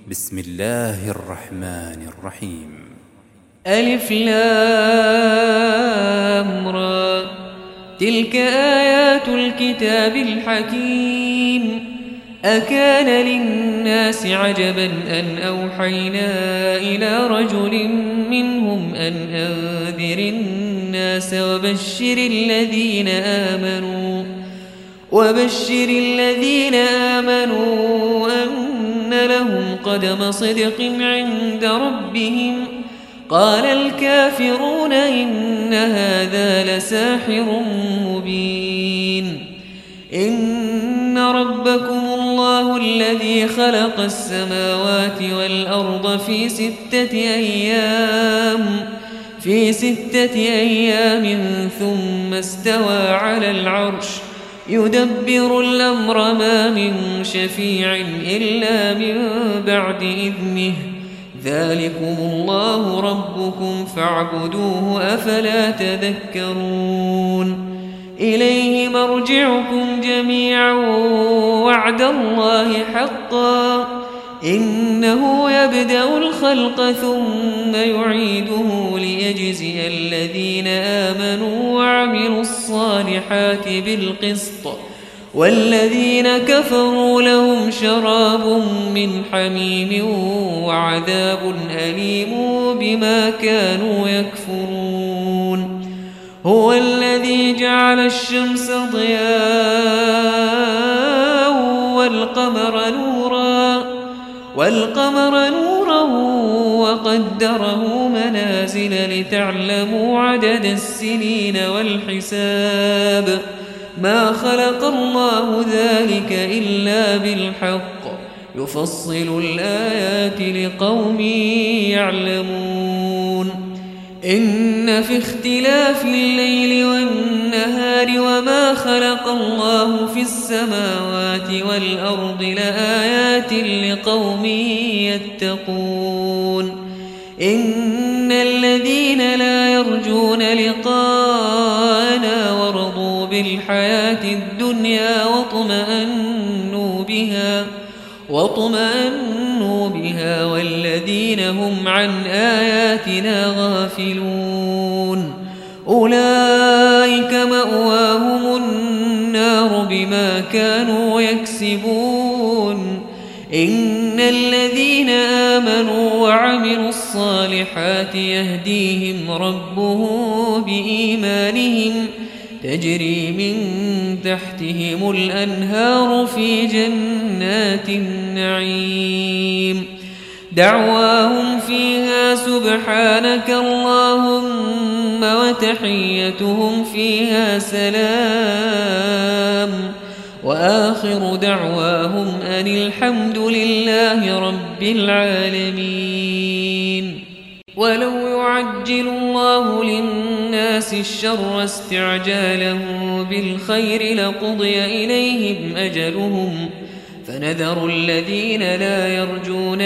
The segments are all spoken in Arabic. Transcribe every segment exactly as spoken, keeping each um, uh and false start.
بسم الله الرحمن الرحيم. ألف لام را، تلك آيات الكتاب الحكيم. أكان للناس عجبا أن أوحينا إلى رجل منهم أن أنذر الناس وبشر الذين آمنوا وبشر الذين آمنوا أن لهم قدم صدق عند ربهم. قال الكافرون إن هذا لساحر مبين. إن ربكم الله الذي خلق السماوات والأرض في ستة أيام في ستة أيام ثم استوى على العرش يدبر الأمر ما من شفيع إلا من بعد إذنه. ذلكم الله ربكم فاعبدوه أفلا تذكرون. إليه مرجعكم جميعا وعد الله حقا إنه يبدأ الخلق ثم يعيده ليجزي الذين آمنوا وعملوا الصالحات بالقسط والذين كفروا لهم شراب من حميم وعذاب أليم بما كانوا يكفرون. هو الذي جعل الشمس ضياء والقمر نورا والقمر نورا وقدره منازل لتعلموا عدد السنين والحساب. ما خلق الله ذلك إلا بالحق يفصل الآيات لقوم يعلمون. إن في اختلاف الليل والنهار وما خلق الله في السماوات والأرض لآيات لقوم يتقون. إن الذين لا يرجون لقاءنا ورضوا بالحياة الدنيا واطمأنوا بها واطمأنوا بها والذين هم عن آياتنا غافلون أولئك مأواهم النار بما كانوا يكسبون. إن الذين آمنوا وعملوا الصالحات يهديهم ربهم بإيمانهم تجري من تحتهم الأنهار في جنات النعيم. دعواهم فيها سبحانك اللهم وتحيتهم فيها سلام وآخر دعواهم أن الحمد لله رب العالمين. ولو يعجل الله للناس الشر استعجاله بالخير لقضي إليهم أجلهم فنذر الذين لا يرجون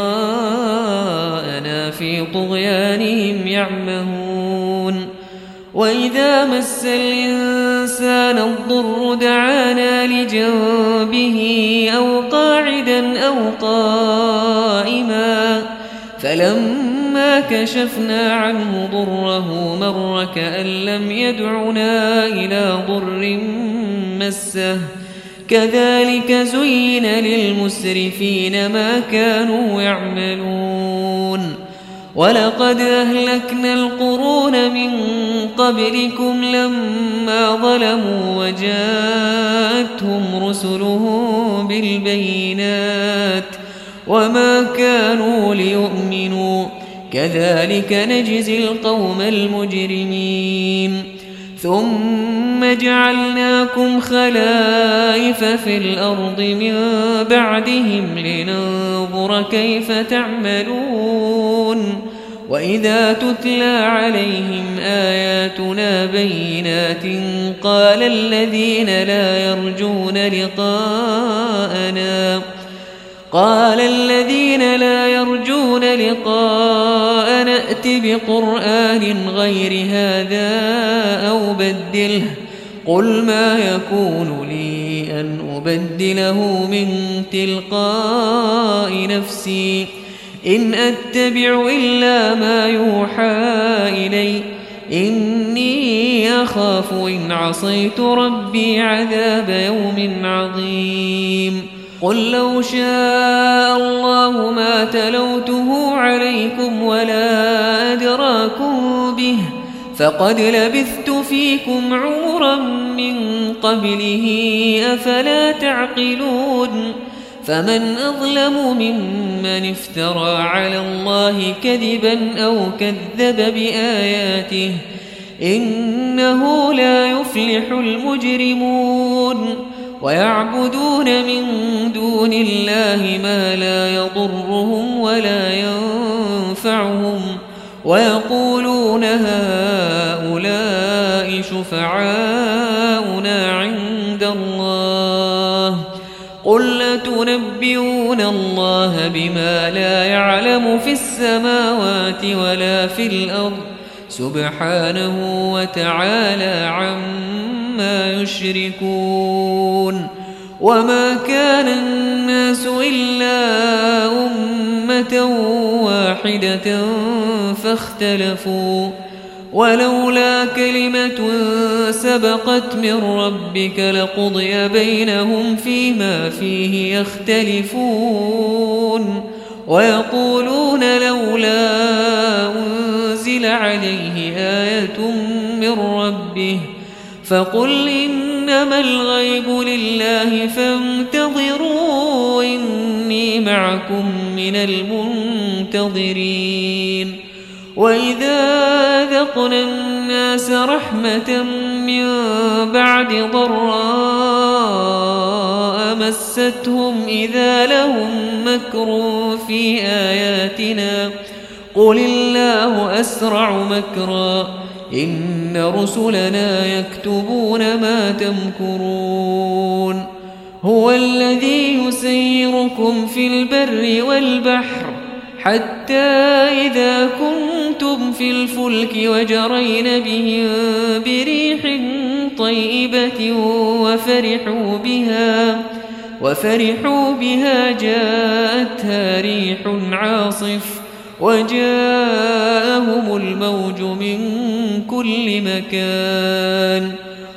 لقاءنا في طغيانهم يعمهون. وإذا مس الإنسان الضر دعانا لجنبه أو قاعدا أو قائما فلما كشفنا عنه ضره مر كأن لم يدعنا إلى ضر مسه. كذلك زين للمسرفين ما كانوا يعملون. ولقد أهلكنا القرون من قبلكم لما ظلموا وجاءتهم رسلهم بالبينات وما كانوا ليؤمنوا كذلك نجزي القوم المجرمين. ثم جعلناكم خلائف في الأرض من بعدهم لننظر كيف تعملون. وإذا تتلى عليهم آياتنا بينات قال الذين لا يرجون لقاءنا قال الذين لا يرجون لقاءنا ائت بقرآن غير هذا أو بدله قل ما يكون لي أن أبدله من تلقاء نفسي إن أتبع إلا ما يوحى إلي إني أخاف إن عصيت ربي عذاب يوم عظيم قل لو شاء الله ما تلوته عليكم ولا أدراكم به فقد لبثت فيكم عمرا من قبله أفلا تعقلون فمن أظلم ممن افترى على الله كذبا أو كذب بآياته إنه لا يفلح المجرمون ويعبدون من دون الله ما لا يضرهم ولا ينفعهم ويقولون هؤلاء شفعاؤنا عند الله قل أتنبئون الله بما لا يعلم في السماوات ولا في الأرض سبحانه وتعالى عما يشركون وما كان الناس إلا أمة واحدة فاختلفوا ولولا كلمة سبقت من ربك لقضي بينهم فيما فيه يختلفون ويقولون لولا أنزل عليه آية من ربه فقل إنما الغيب لله فانتظروا إني معكم من المنتظرين وإذا أذقنا الناس رحمة من بعد ضراء مستهم إذا لهم مكر في آياتنا قل الله أسرع مكرا إن رسلنا يكتبون ما تمكرون هو الذي يسيركم في البر والبحر حتى إذا كنتم في الفلك وجرين بهم بريح طيبة وفرحوا بها وفرحوا بها جاءتها ريح عاصف وجاءهم الموج من كل مكان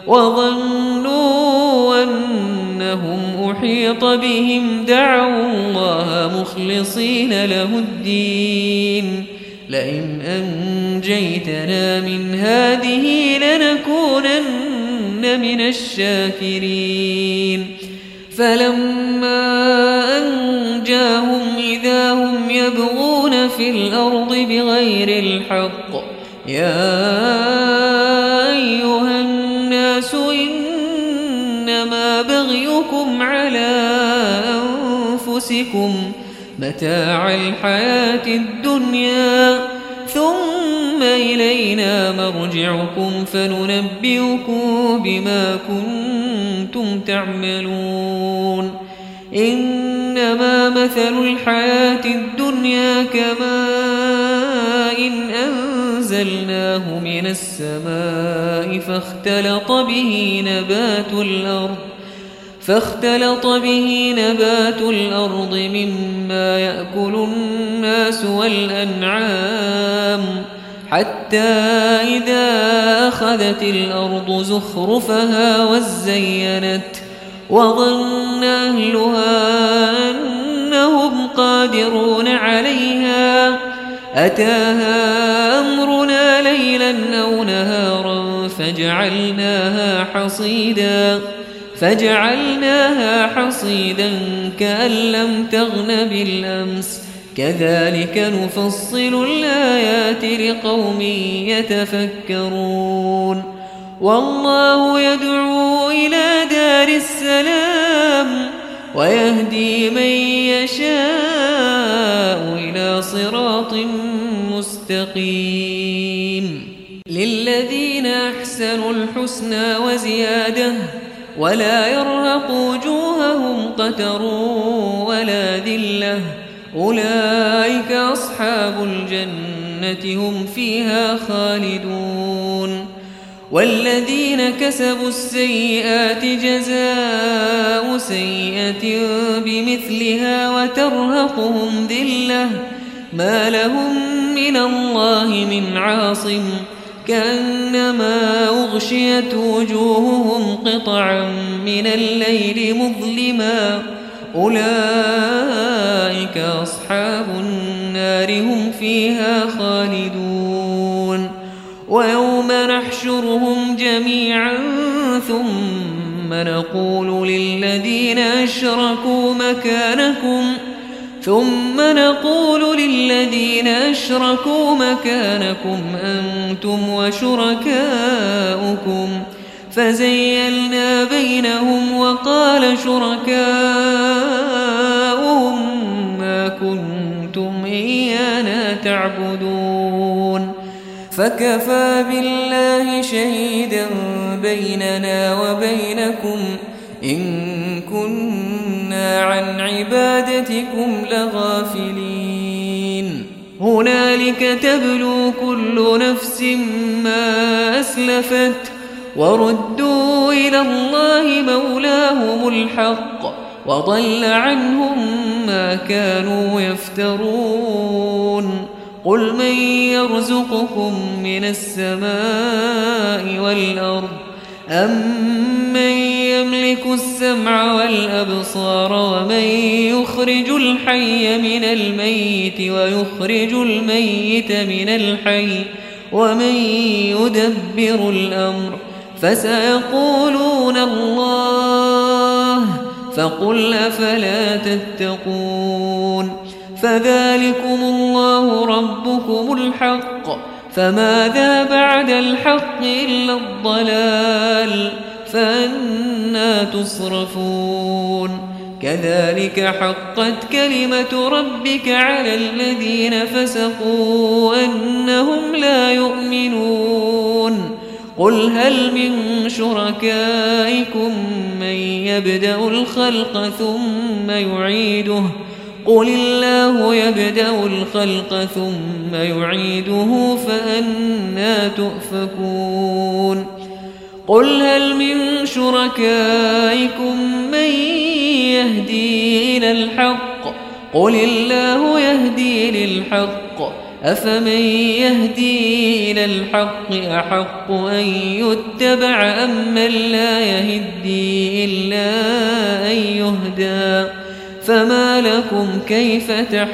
وظنوا أنهم أحيط بهم دعوا الله مخلصين له الدين لئن أنجيتنا من هذه لنكونن من الشاكرين فلما أنجاهم إذا هم يبغون في الأرض بغير الحق يا أيها الناس إنما بغيكم على أنفسكم متاع الحياة الدنيا ثم إلينا مرجعكم فننبئكم بما كنتم تعملون إنما مثل الحياة الدنيا كماء إن أنزلناه من السماء فاختلط به نبات الأرض فاختلط به نبات الأرض مما يأكل الناس والأنعام حتى إذا أخذت الأرض زخرفها وزينت وظن أهلها أنهم قادرون عليها أتاها أمرنا ليلا أو نهارا فجعلناها حصيدا فجعلناها حصيدا كأن لم تغن بالأمس كذلك نفصل الآيات لقوم يتفكرون والله يدعو إلى دار السلام ويهدي من يشاء إلى صراط مستقيم للذين أحسنوا الحسنى وزيادة ولا يرهق وجوههم قتر ولا ذلة أولئك أصحاب الجنة هم فيها خالدون والذين كسبوا السيئات جزاء سيئة بمثلها وترهقهم ذلة ما لهم من الله من عاصم كأنما أغشيت وجوههم قطعا من الليل مظلما أولئك أصحاب النار هم فيها خالدون ويوم نحشرهم جميعا ثم نقول للذين أشركوا مكانكم ثم نقول للذين أشركوا مكانكم أنتم وشركاؤكم فزيلنا بينهم وقال شركاؤهم ما كنتم إيانا تعبدون فكفى بالله شهيدا بيننا وبينكم إن كنا عن عبادتكم لغافلين هنالك تبلو كل نفس ما أسلفت وردوا إلى الله مولاهم الحق وضل عنهم ما كانوا يفترون قل من يرزقكم من السماء والأرض أمن يملك السمع والأبصار ومن يخرج الحي من الميت ويخرج الميت من الحي ومن يدبر الأمر فسيقولون الله فقل أفلا تتقون فذلكم الله ربكم الحق فماذا بعد الحق إلا الضلال فأنى تصرفون كذلك حقت كلمة ربك على الذين فسقوا أنهم لا يؤمنون قل هل من شركائكم من يبدأ الخلق ثم يعيده قل الله يبدأ الخلق ثم يعيده فأنى تؤفكون قل هل من شركائكم من يهدي إلى الحق قل الله يهدي للحق أفمن يهدي إلى الحق أحق أن يتبع أم من لا يهدي إلا أن يهدى فما لكم كيف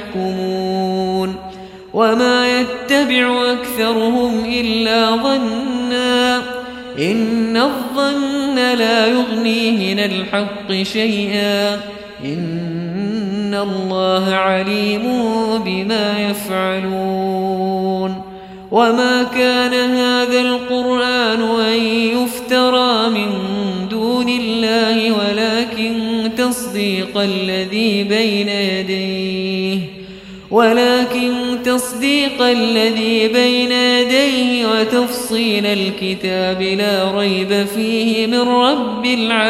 تحكمون وما يتبع أكثرهم إلا ظنا إن الظن لا يغني من الحق شيئا إن الله عليم بما يفعلون وما كان هذا القرآن أن يفترى من دون الله ولكن تصديق الذي بين يديه ولكن تصديق الذي بين يديه وتفصيل الكتاب لا ريب فيه من رب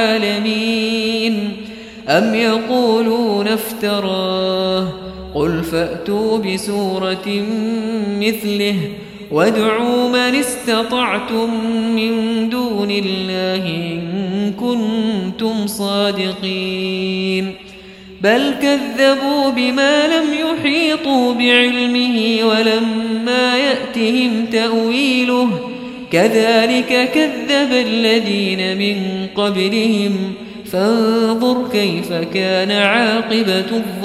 العالمين أم يقولون افتراه قل فأتوا بسورة مثله وادعوا من استطعتم من دون الله إن كنتم صادقين بل كذبوا بما لم يحيطوا بعلمه ولما يأتهم تأويله كذلك كذب الذين من قبلهم فانظر كيف كان عاقبة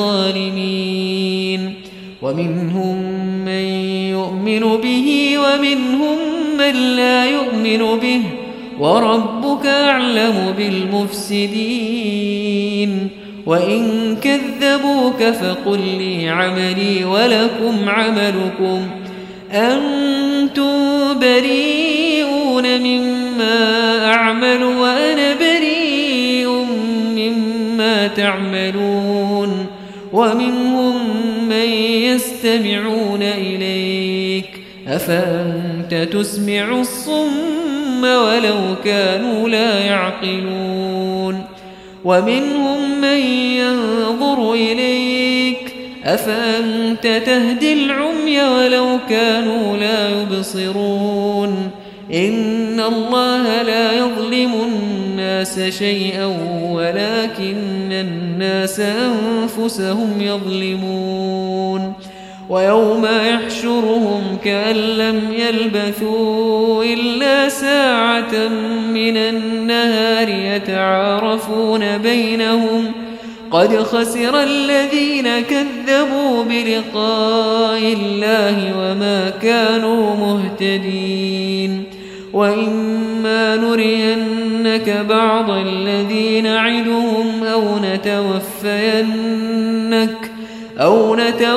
الظالمين ومنهم من يؤمن به ومنهم من لا يؤمن به وربك أعلم بالمفسدين وإن كذبوك فقل لي عملي ولكم عملكم أنتم بريئون مما أعمل وأنا بريء مما تعملون ومنهم من يستمعون إليك أفأنت تسمع الصم ولو كانوا لا يعقلون ومنهم من ينظر إليك أفأنت تهدي العمي ولو كانوا لا يبصرون إن الله لا يظلم الناس شيئا ولكن الناس أنفسهم يظلمون ويوم يحشرهم كأن لم يلبثوا إلا ساعة من النهار يتعارفون بينهم قد خسر الذين كذبوا بلقاء الله وما كانوا مهتدين وإما نرينك بعض الذي نعدهم أو نتوفينك أو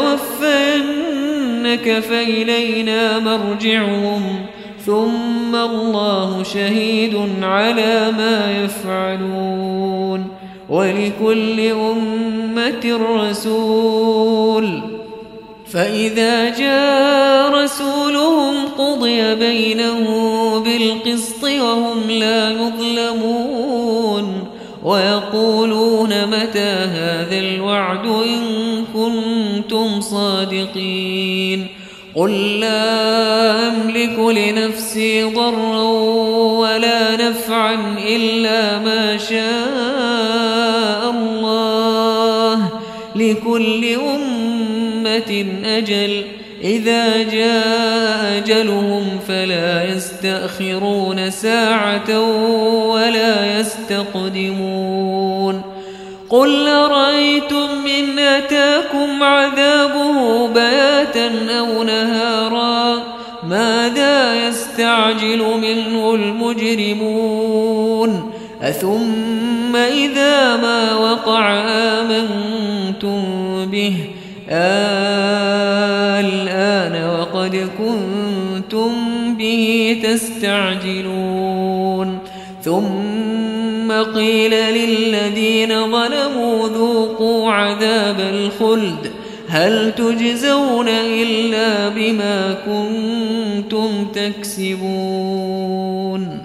نتوفينك فإلينا مرجعهم ثم الله شهيد على ما يفعلون ولكل أمة رسول فإذا جاء رسولهم قضي بينهم بالقسط وهم لا يظلمون ويقولون متى هذا الوعد إن كنتم صادقين قل لا أملك لنفسي ضرا ولا نفعا إلا ما شاء الله لكل أمة أجل إذا جاء أجلهم فلا يستأخرون ساعة ولا يستقدمون قل أرأيتم إن أتاكم عذابه بياتا أو نهارا ماذا يستعجل منه المجرمون أثم إذا ما وقع آمنتم به الآن وقد كنتم به تستعجلون ثم قيل للذين ظلموا ذوقوا عذاب الخلد هل تجزون إلا بما كنتم تكسبون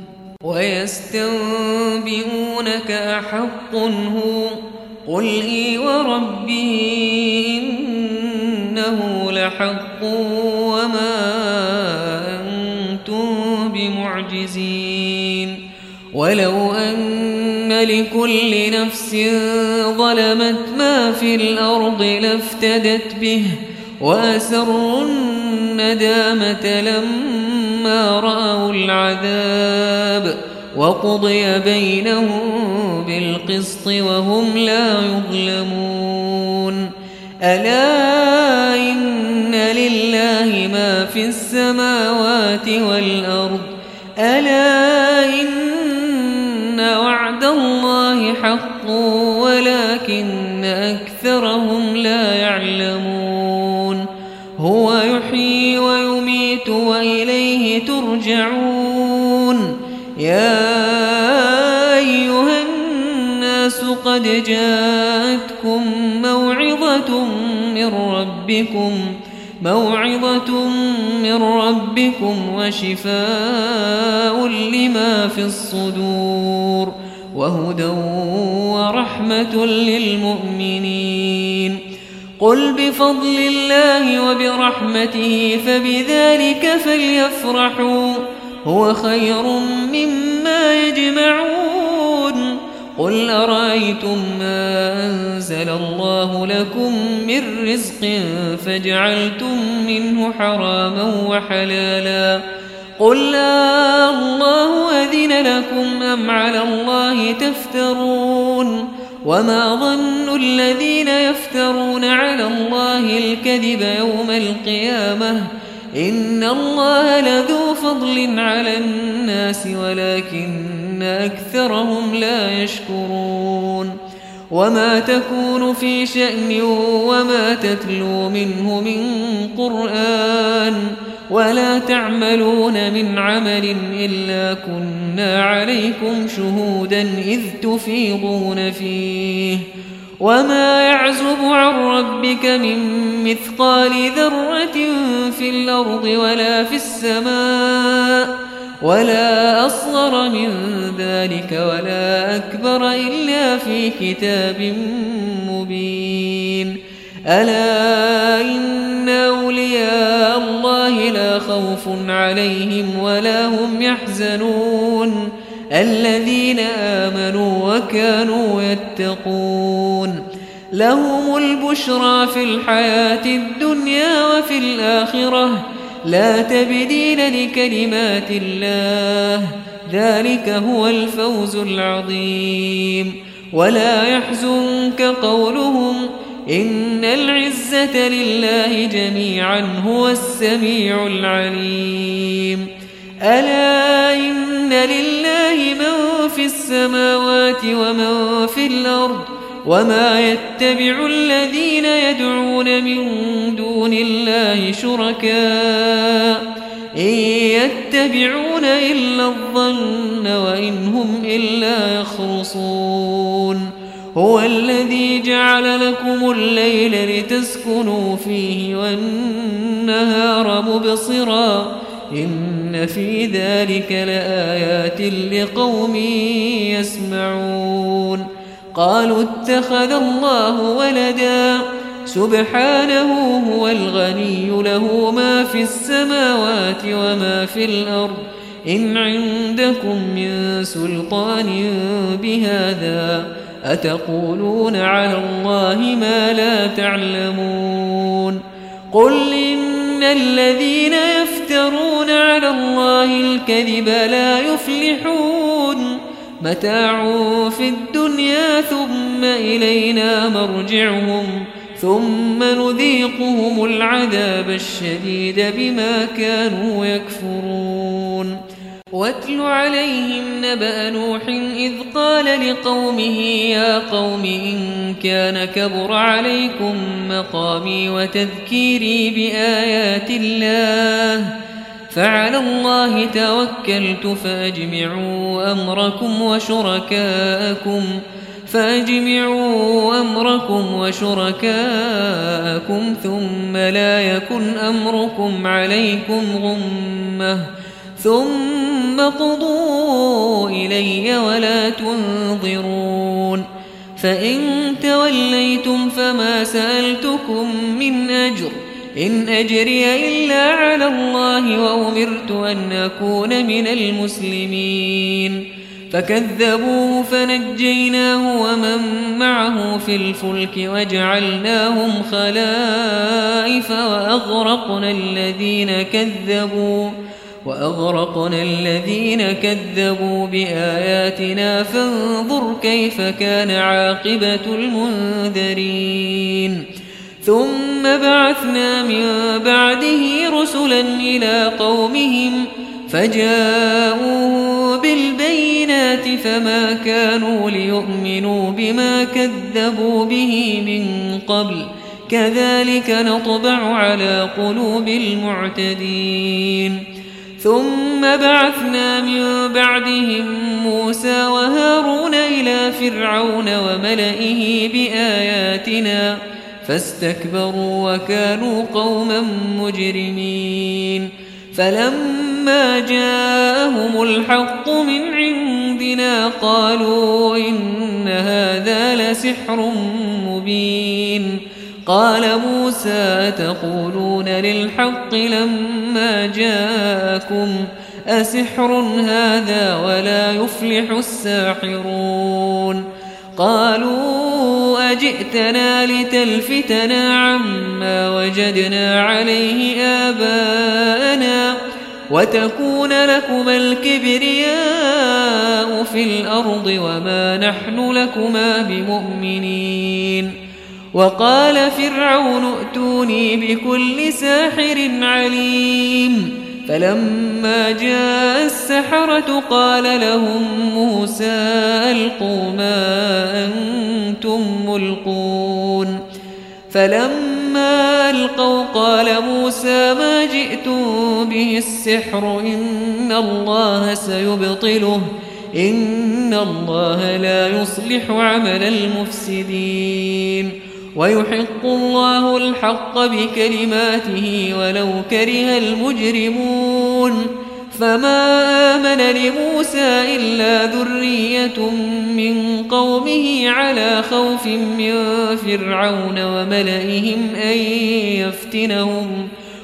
ويستنبئونك أحق هو قل إي وربي إنه لحق وما أنتم بمعجزين ولو أن لكل نفس ظلمت ما في الأرض لافتدت به وأسروا الندامة لما رأوا العذاب وقضي بينهم بالقسط وهم لا يظلمون ألا إن لله ما في السماوات والأرض ألا إن وعد الله حق ولكن أكثرهم لا يعلمون هو يحيي ويميت وإليه ترجعون يا أيها الناس قد جاءتكم موعظة من ربكم موعظة من ربكم وشفاء لما في الصدور وهدى ورحمة للمؤمنين قل بفضل الله وبرحمته فبذلك فليفرحوا هو خير مما يجمعون قل أرأيتم ما أنزل الله لكم من رزق فجعلتم منه حراما وحلالا قل لا الله أذن لكم أم على الله تفترون وما ظن الذين يفترون على الله الكذب يوم القيامة إن الله لذو فضل على الناس ولكن أكثرهم لا يشكرون وما تكون في شأن وما تتلو منه من قرآن ولا تعملون من عمل إلا كنا عليكم شهودا إذ تفيضون فيه وما يعزب عن ربك من مثقال ذرة في الأرض ولا في السماء ولا أصغر من ذلك ولا أكبر إلا في كتاب مبين ألا إن أولياء الله لا خوف خوف عليهم ولا هم يحزنون الذين آمنوا وكانوا يتقون لهم البشرى في الحياة الدنيا وفي الآخرة لا تبديل لكلمات الله ذلك هو الفوز العظيم ولا يحزنك قولهم إن العزة لله جميعا هو السميع العليم ألا إن لله من في السماوات ومن في الأرض وما يتبع الذين يدعون من دون الله شركاء إن يتبعون إلا الظن وإن هم إلا يخرصون هو الذي جعل لكم الليل لتسكنوا فيه والنهار مبصرا إن في ذلك لآيات لقوم يسمعون قالوا اتخذ الله ولدا سبحانه هو الغني له ما في السماوات وما في الأرض إن عندكم من سلطان بهذا أتقولون على الله ما لا تعلمون قل إن الذين يفترون على الله الكذب لا يفلحون متاع في الدنيا ثم إلينا مرجعهم ثم نذيقهم العذاب الشديد بما كانوا يكفرون واتل عليهم نبأ نوح إذ قال لقومه يا قوم إن كان كبر عليكم مقامي وتذكيري بآيات الله فعلى الله توكلت فأجمعوا أمركم وشركاءكم فأجمعوا أمركم وشركاءكم ثم لا يكن أمركم عليكم غمة ثم قضوا إلي ولا تنظرون فإن توليتم فما سألتكم من أجر إن أجري إلا على الله وأمرت أن أكون من المسلمين فكذبوه فنجيناه ومن معه في الفلك وجعلناهم خلائف وأغرقنا الذين كذبوا وأغرقنا الذين كذبوا بآياتنا فانظر كيف كان عاقبة المنذرين ثم بعثنا من بعده رسلا إلى قومهم فجاءوا بالبينات فما كانوا ليؤمنوا بما كذبوا به من قبل كذلك نطبع على قلوب المعتدين ثم بعثنا من بعدهم موسى وهارون إلى فرعون وملئه بآياتنا فاستكبروا وكانوا قوما مجرمين فلما جاءهم الحق من عندنا قالوا إن هذا لسحر مبين قال موسى تقولون للحق لما جاءكم أسحر هذا ولا يفلح الساحرون قالوا أجئتنا لتلفتنا عما وجدنا عليه آباءنا وتكون لكما الكبرياء في الأرض وما نحن لكما بمؤمنين وقال فرعون ائتوني بكل ساحر عليم فلما جاء السحرة قال لهم موسى ألقوا ما أنتم ملقون فلما ألقوا قال موسى ما جئتم به السحر إن الله سيبطله إن الله لا يصلح عمل المفسدين ويحق الله الحق بكلماته ولو كره المجرمون فما آمن لموسى إلا ذرية من قومه على خوف من فرعون وملئهم أن يفتنهم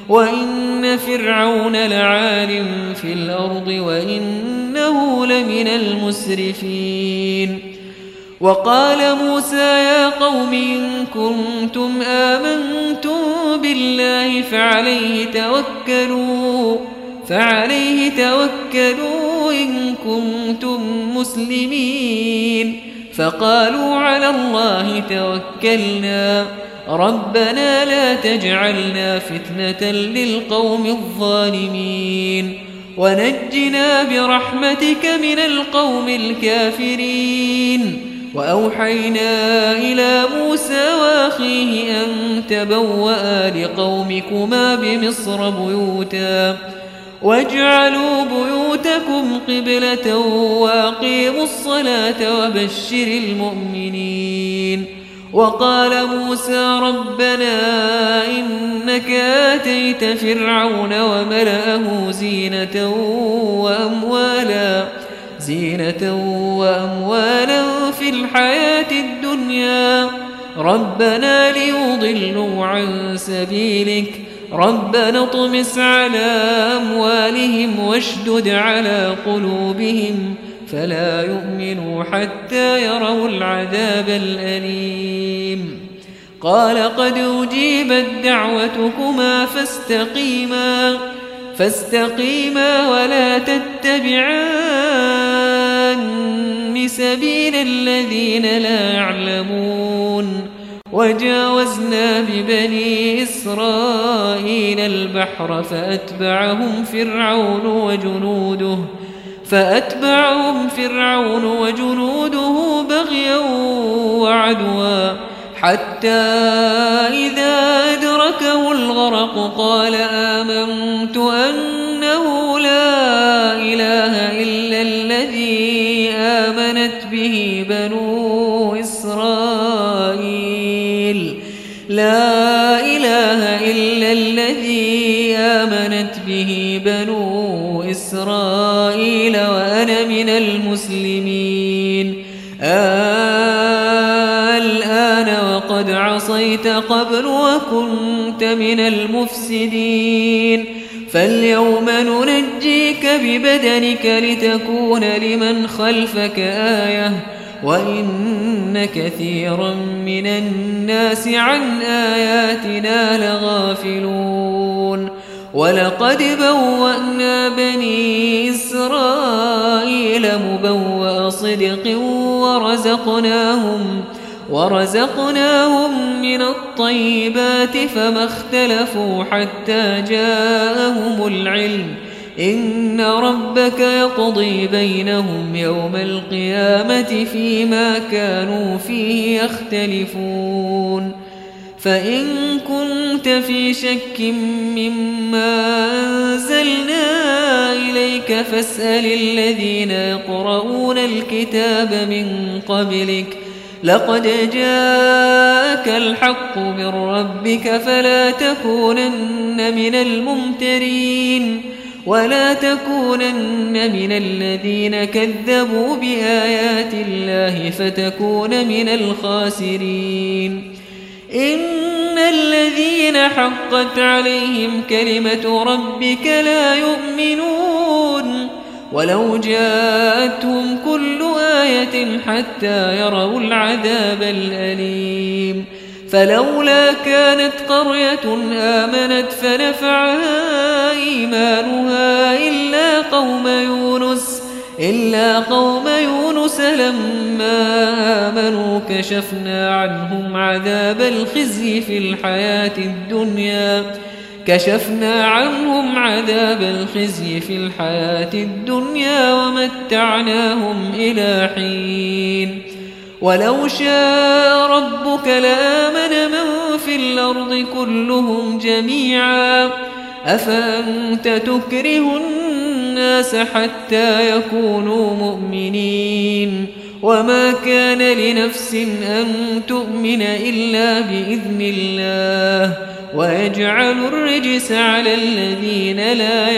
وإن فرعون لعال في الأرض وإنه لمن المسرفين وقال موسى يا قوم إن كنتم آمنتم بالله فعليه توكلوا فعليه توكلوا إن كنتم مسلمين فقالوا على الله توكلنا ربنا لا تجعلنا فتنة للقوم الظالمين ونجنا برحمتك من القوم الكافرين وأوحينا إلى موسى وأخيه أن تبوأ لقومكما بمصر بيوتا واجعلوا بيوتكم قبلة وأقيموا الصلاة وبشر المؤمنين وقال موسى ربنا إنك آتيت فرعون وملأه زينة وأموالا زينة وأموالا في الحياة الدنيا ربنا ليضلوا عن سبيلك ربنا اطمس على أموالهم واشدد على قلوبهم فلا يؤمنوا حتى يروا العذاب الأليم قال قد أجيبت دعوتكما فاستقيما فاستقيما ولا تتبعان سبيل الذين لا يعلمون وجاوزنا ببني إسرائيل البحر فأتبعهم فرعون وجنوده فأتبعهم فرعون وجنوده بغيا وعدوا حتى إذا أدركه الغرق قال آمنت أنه لا إله إلا الذي آمنت به بنو إسرائيل لا إله إلا الذي آمنت به بنو إسرائيل وأنا من المسلمين الآن وقد عصيت قبل وكنت من المفسدين فاليوم ننجيك ببدنك لتكون لمن خلفك آية وإن كثيرا من الناس عن آياتنا لغافلون ولقد بوأنا بني إسرائيل مبوأ صدق ورزقناهم ورزقناهم من الطيبات فما اختلفوا حتى جاءهم العلم إن ربك يقضي بينهم يوم القيامة فيما كانوا فيه يختلفون فإن كنت في شك مما أنزلنا إليك فاسأل الذين يقرؤون الكتاب من قبلك لقد جاءك الحق من ربك فلا تكونن من الممترين ولا تكونن من الذين كذبوا بآيات الله فتكون من الخاسرين إن الذين حقت عليهم كلمة ربك لا يؤمنون ولو جاءتهم كل آية حتى يروا العذاب الأليم فلولا كانت قرية آمنت فنفعها إيمانها إلا قوم يونس إلا قوم يونس لما آمنوا كشفنا عنهم عذاب الخزي في الحياة الدنيا كشفنا عنهم عذاب الخزي في الحياة الدنيا ومتعناهم إلى حين ولو شاء ربك لآمن من في الأرض كلهم جميعا أفأنت تكره الناس حتى يكونوا مؤمنين وما كان لنفس أن تؤمن إلا بإذن الله ويجعل الرجس على الذين لا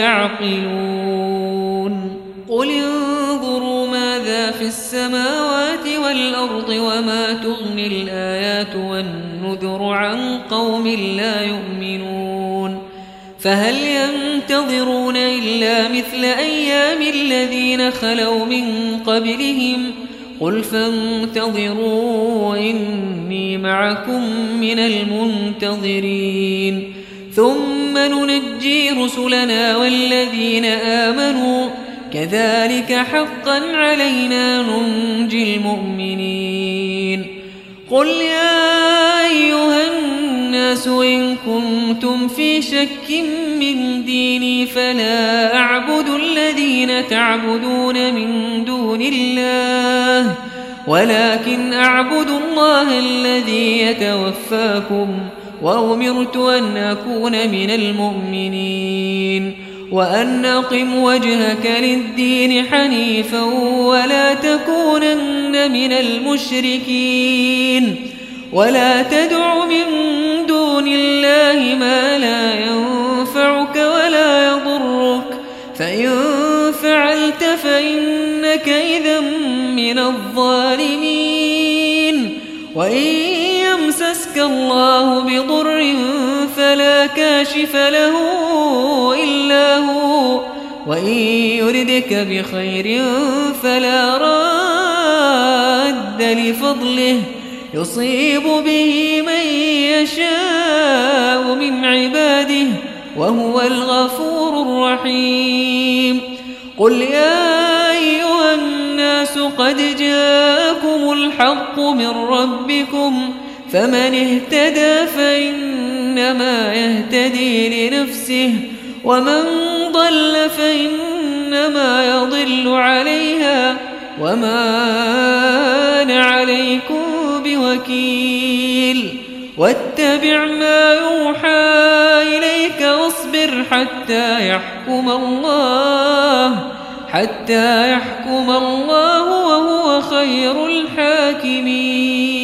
يعقلون قل انظروا ماذا في السماوات والأرض وما تغني الآيات والنذر عن قوم لا يؤمنون فهل ينتظرون إلا مثل أيام الذين خلوا من قبلهم قل فانتظروا إني معكم من المنتظرين ثم ننجي رسلنا والذين آمنوا كذلك حقا علينا ننجي المؤمنين قل يا أيها الناس إن كنتم في شك من ديني فلا أعبد الذين تعبدون من دون الله ولكن أعبد الله الذي يتوفاكم وأمرت أن أكون من المؤمنين وأن أقم وجهك للدين حنيفا ولا تكونن من المشركين ولا تدع من دون الله ما لا ينفعك ولا يضرك فإن فعلت فإنك إذا من الظالمين وإن يمسسك الله بضر فلا كاشف له إلا هو وإن يردك بخير فلا راد لفضله يصيب به من يشاء من عباده وهو الغفور الرحيم قل يا أيها الناس قد جاءكم الحق من ربكم فمن اهتدى فإنما يهتدي لنفسه ومن ضل فإنما يضل عليها وما أنا عليكم بوكيل واتبع ما يوحى إليك واصبر حتى يحكم الله حتى يحكم الله وهو خير الحاكمين